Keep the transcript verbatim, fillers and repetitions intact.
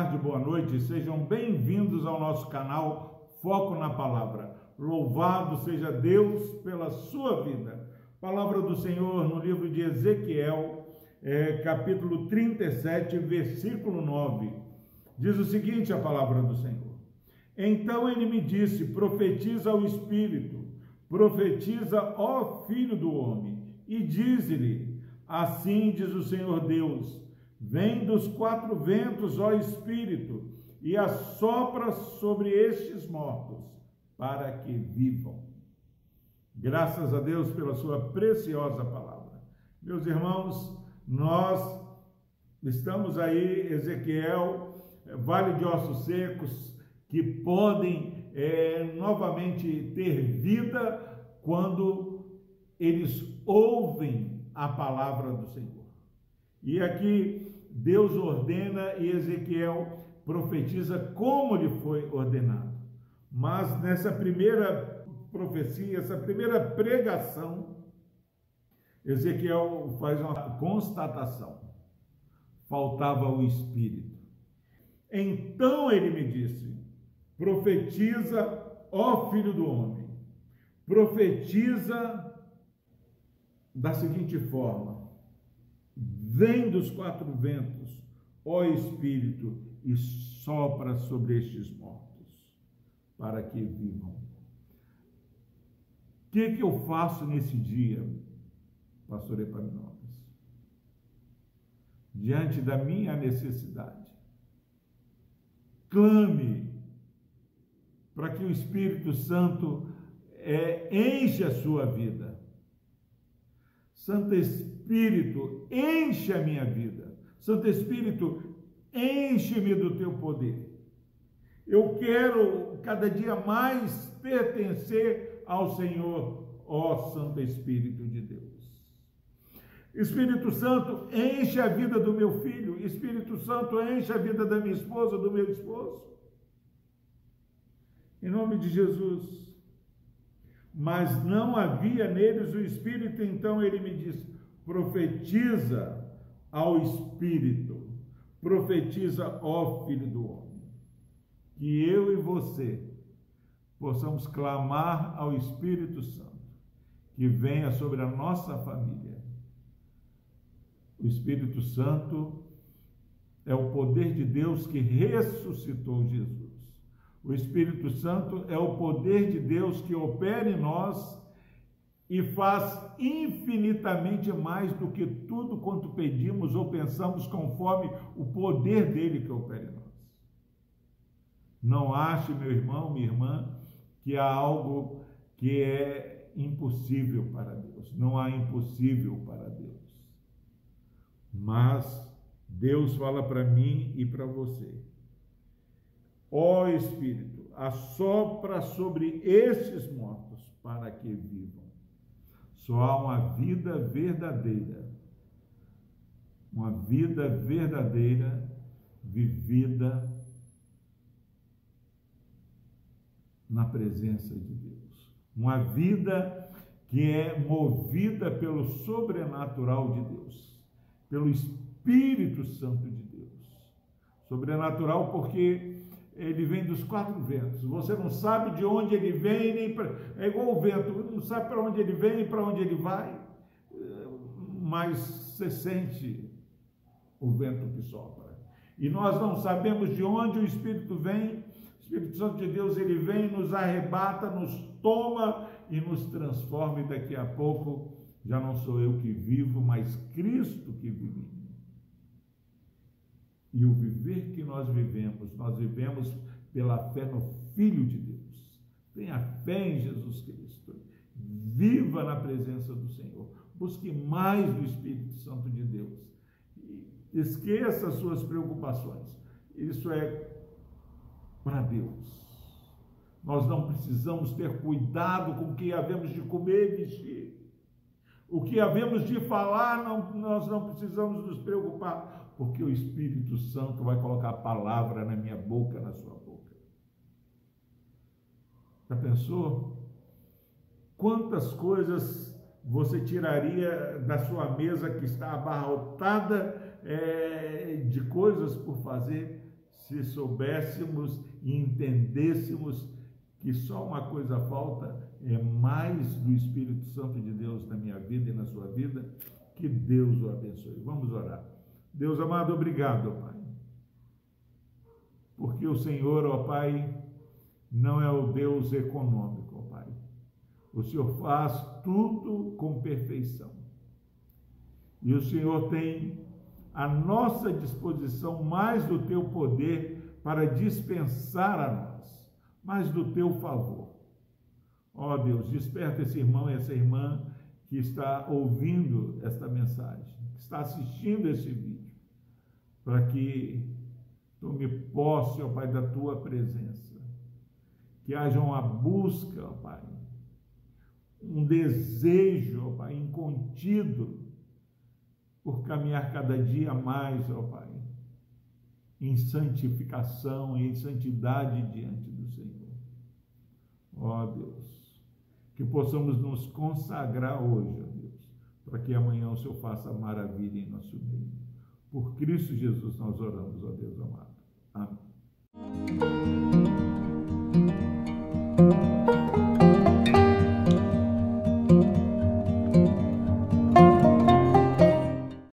tarde, boa noite, sejam bem-vindos ao nosso canal Foco na Palavra. Louvado seja Deus pela sua vida. Palavra do Senhor no livro de Ezequiel, é, capítulo trinta e sete, versículo nove. Diz o seguinte a palavra do Senhor: Então ele me disse, profetiza ao Espírito, profetiza, ó Filho do homem, e dize-lhe, assim diz o Senhor Deus, vem dos quatro ventos, ó Espírito, e assopra sobre estes mortos, para que vivam. Graças a Deus pela sua preciosa palavra. Meus irmãos, nós estamos aí, Ezequiel, vale de ossos secos, que podem é, novamente ter vida quando eles ouvem a palavra do Senhor. E aqui Deus ordena e Ezequiel profetiza como lhe foi ordenado. Mas nessa primeira profecia, essa primeira pregação, Ezequiel faz uma constatação: faltava o Espírito. Então ele me disse, profetiza, ó Filho do homem, profetiza da seguinte forma: vem dos quatro ventos, ó Espírito, e sopra sobre estes mortos, para que vivam. O que, que eu faço nesse dia, pastor Epaminondas? Diante da minha necessidade, clame para que o Espírito Santo é, enche a sua vida. Santo Espírito, enche a minha vida. Santo Espírito, enche-me do teu poder. Eu quero cada dia mais pertencer ao Senhor, ó Santo Espírito de Deus. Espírito Santo, enche a vida do meu filho. Espírito Santo, enche a vida da minha esposa, do meu esposo. Em nome de Jesus. Mas não havia neles o Espírito, então ele me disse, profetiza ao Espírito, profetiza, ó Filho do homem, que eu e você possamos clamar ao Espírito Santo, que venha sobre a nossa família. O Espírito Santo é o poder de Deus que ressuscitou Jesus. O Espírito Santo é o poder de Deus que opera em nós e faz infinitamente mais do que tudo quanto pedimos ou pensamos, conforme o poder dele que opera em nós. Não ache, meu irmão, minha irmã, que há algo que é impossível para Deus. Não há impossível para Deus. Mas Deus fala para mim e para você: ó Espírito, assopra sobre estes mortos para que vivam. Só há uma vida verdadeira, uma vida verdadeira vivida na presença de Deus. Uma vida que é movida pelo sobrenatural de Deus, pelo Espírito Santo de Deus. Sobrenatural porque ele vem dos quatro ventos. Você não sabe de onde ele vem, nem pra... é igual o vento, não sabe para onde ele vem, para onde ele vai, mas você sente o vento que sopra. E nós não sabemos de onde o Espírito vem. O Espírito Santo de Deus, ele vem, nos arrebata, nos toma e nos transforma, e daqui a pouco já não sou eu que vivo, mas Cristo que vive em mim. E o viver que nós vivemos, nós vivemos pela fé no Filho de Deus. Tenha fé em Jesus Cristo. Viva na presença do Senhor. Busque mais do Espírito Santo de Deus. Esqueça as suas preocupações. Isso é para Deus. Nós não precisamos ter cuidado com o que havemos de comer e vestir. O que havemos de falar, não, nós não precisamos nos preocupar, porque o Espírito Santo vai colocar a palavra na minha boca, na sua boca. Já pensou? Quantas coisas você tiraria da sua mesa que está abarrotada é, de coisas por fazer, se soubéssemos e entendêssemos que só uma coisa falta, é mais do Espírito Santo de Deus na minha vida e na sua vida, que Deus o abençoe. Vamos orar. Deus amado, obrigado, ó Pai, porque o Senhor, ó Pai, não é o Deus econômico, ó Pai. O Senhor faz tudo com perfeição. E o Senhor tem à nossa disposição mais do teu poder para dispensar a nós, mais do teu favor. Ó Deus, desperta esse irmão e essa irmã que está ouvindo esta mensagem, que está assistindo esse vídeo, para que tome posse, ó Pai, da tua presença. Que haja uma busca, ó Pai, um desejo, ó Pai, incontido por caminhar cada dia mais, ó Pai, em santificação e em santidade diante do Senhor. Ó Deus, que possamos nos consagrar hoje, ó Deus, para que amanhã o Senhor faça maravilha em nosso meio. Por Cristo Jesus nós oramos, ó Deus amado. Amém.